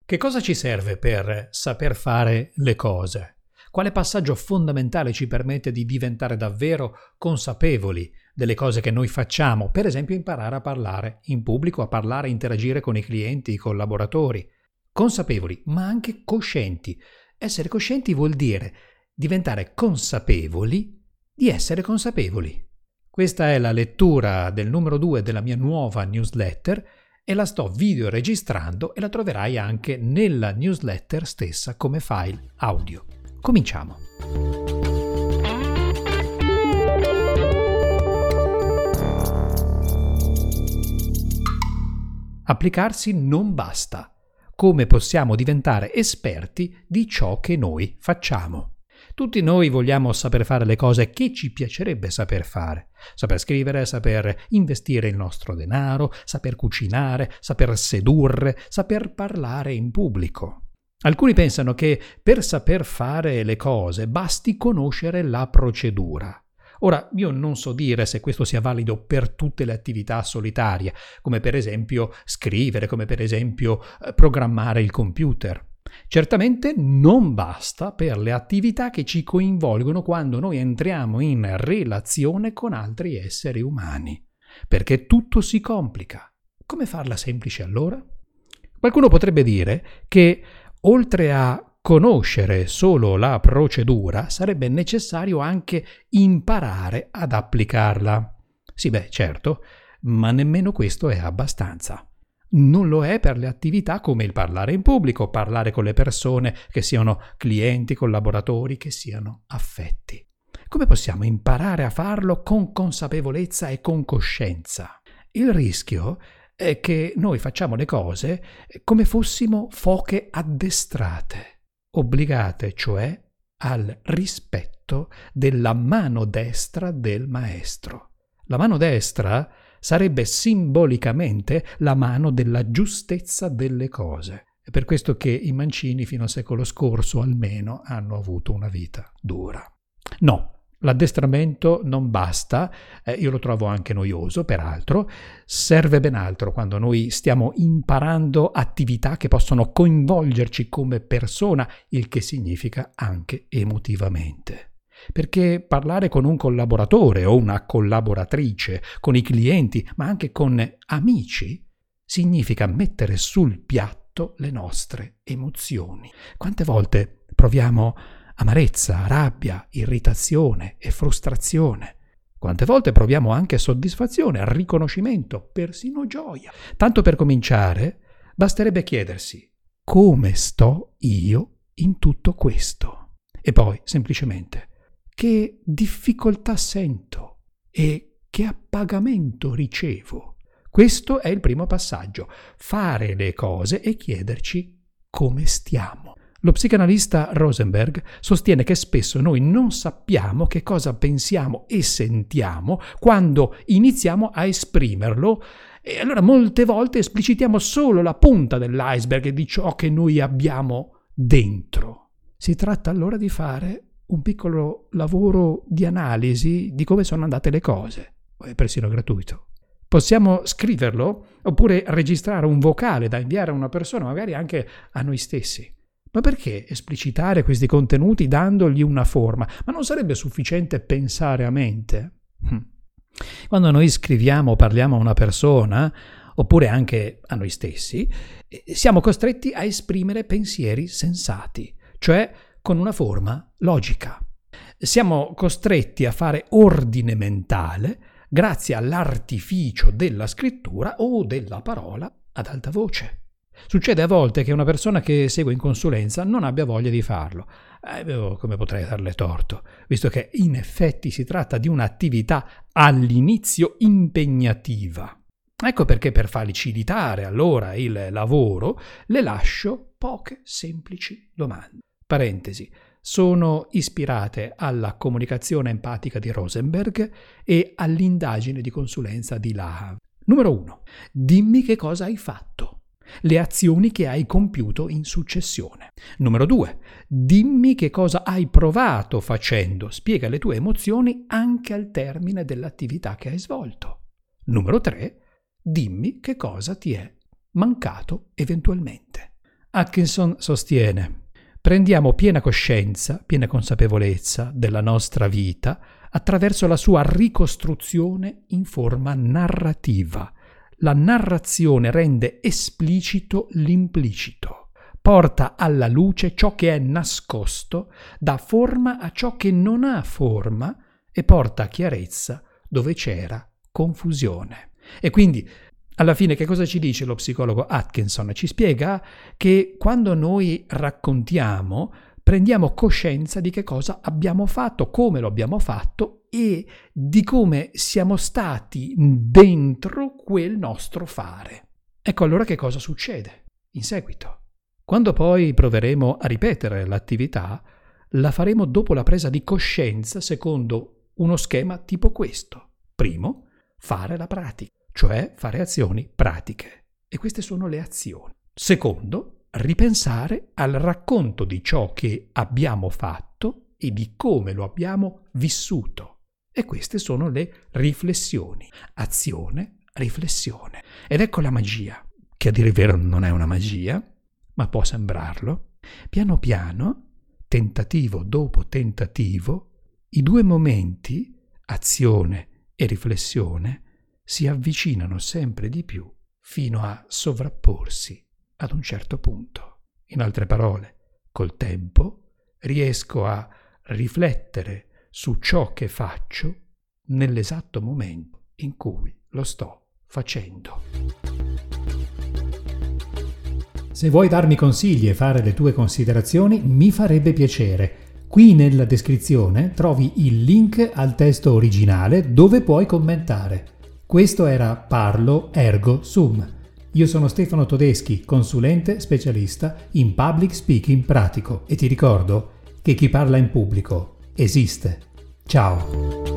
Che cosa ci serve per saper fare le cose? Quale passaggio fondamentale ci permette di diventare davvero consapevoli delle cose che noi facciamo? Per esempio imparare a parlare in pubblico, a parlare, a interagire con i clienti, i collaboratori. Consapevoli, ma anche coscienti. Essere coscienti vuol dire diventare consapevoli di essere consapevoli. Questa è la lettura del numero 2 della mia nuova newsletter e la sto video registrando e la troverai anche nella newsletter stessa come file audio. Cominciamo. Applicarsi non basta. Come possiamo diventare esperti di ciò che noi facciamo? Tutti noi vogliamo saper fare le cose che ci piacerebbe saper fare. Saper scrivere, saper investire il nostro denaro, saper cucinare, saper sedurre, saper parlare in pubblico. Alcuni pensano che per saper fare le cose basti conoscere la procedura. Ora, io non so dire se questo sia valido per tutte le attività solitarie, come per esempio scrivere, come per esempio programmare il computer. Certamente non basta per le attività che ci coinvolgono quando noi entriamo in relazione con altri esseri umani, perché tutto si complica. Come farla semplice allora? Qualcuno potrebbe dire che oltre a conoscere solo la procedura, sarebbe necessario anche imparare ad applicarla. Sì, certo, ma nemmeno questo è abbastanza. Non lo è per le attività come il parlare in pubblico, parlare con le persone, che siano clienti, collaboratori, che siano affetti. Come possiamo imparare a farlo con consapevolezza e con coscienza? Il rischio è che noi facciamo le cose come fossimo foche addestrate, obbligate cioè al rispetto della mano destra del maestro. La mano destra sarebbe simbolicamente la mano della giustezza delle cose. È per questo che i Mancini fino al secolo scorso almeno hanno avuto una vita dura. No, l'addestramento non basta, io lo trovo anche noioso peraltro, serve ben altro quando noi stiamo imparando attività che possono coinvolgerci come persona, il che significa anche emotivamente. Perché parlare con un collaboratore o una collaboratrice, con i clienti, ma anche con amici, significa mettere sul piatto le nostre emozioni. Quante volte proviamo amarezza, rabbia, irritazione e frustrazione? Quante volte proviamo anche soddisfazione, riconoscimento, persino gioia? Tanto per cominciare, basterebbe chiedersi: come sto io in tutto questo? E poi, semplicemente, che difficoltà sento e che appagamento ricevo? Questo è il primo passaggio, fare le cose e chiederci come stiamo. Lo psicanalista Rosenberg sostiene che spesso noi non sappiamo che cosa pensiamo e sentiamo quando iniziamo a esprimerlo e allora molte volte esplicitiamo solo la punta dell'iceberg di ciò che noi abbiamo dentro. Si tratta allora di fare un piccolo lavoro di analisi di come sono andate le cose, è persino gratuito. Possiamo scriverlo oppure registrare un vocale da inviare a una persona, magari anche a noi stessi. Ma perché esplicitare questi contenuti dandogli una forma? Ma non sarebbe sufficiente pensare a mente? Quando noi scriviamo o parliamo a una persona, oppure anche a noi stessi, siamo costretti a esprimere pensieri sensati, cioè con una forma logica. Siamo costretti a fare ordine mentale grazie all'artificio della scrittura o della parola ad alta voce. Succede a volte che una persona che segue in consulenza non abbia voglia di farlo. Come potrei darle torto, visto che in effetti si tratta di un'attività all'inizio impegnativa. Ecco perché per facilitare allora il lavoro le lascio poche semplici domande. Parentesi, sono ispirate alla comunicazione empatica di Rosenberg e all'indagine di consulenza di Lahav. Numero 1. Dimmi che cosa hai fatto. Le azioni che hai compiuto in successione. Numero 2. Dimmi che cosa hai provato facendo. Spiega le tue emozioni anche al termine dell'attività che hai svolto. Numero 3. Dimmi che cosa ti è mancato eventualmente. Atkinson sostiene: prendiamo piena coscienza, piena consapevolezza della nostra vita attraverso la sua ricostruzione in forma narrativa. La narrazione rende esplicito l'implicito, porta alla luce ciò che è nascosto, dà forma a ciò che non ha forma e porta a chiarezza dove c'era confusione. E quindi, alla fine, che cosa ci dice lo psicologo Atkinson? Ci spiega che quando noi raccontiamo, prendiamo coscienza di che cosa abbiamo fatto, come lo abbiamo fatto e di come siamo stati dentro quel nostro fare. Ecco allora che cosa succede in seguito. Quando poi proveremo a ripetere l'attività, la faremo dopo la presa di coscienza secondo uno schema tipo questo. Primo, fare la pratica, cioè fare azioni pratiche. E queste sono le azioni. Secondo, ripensare al racconto di ciò che abbiamo fatto e di come lo abbiamo vissuto. E queste sono le riflessioni. Azione, riflessione. Ed ecco la magia, che a dire il vero non è una magia, ma può sembrarlo. Piano piano, tentativo dopo tentativo, i due momenti, azione e riflessione, si avvicinano sempre di più fino a sovrapporsi ad un certo punto. In altre parole, col tempo riesco a riflettere su ciò che faccio nell'esatto momento in cui lo sto facendo. Se vuoi darmi consigli e fare le tue considerazioni, mi farebbe piacere. Qui nella descrizione trovi il link al testo originale dove puoi commentare. Questo era Parlo Ergo Sum. Io sono Stefano Todeschi, consulente specialista in public speaking pratico e ti ricordo che chi parla in pubblico esiste. Ciao!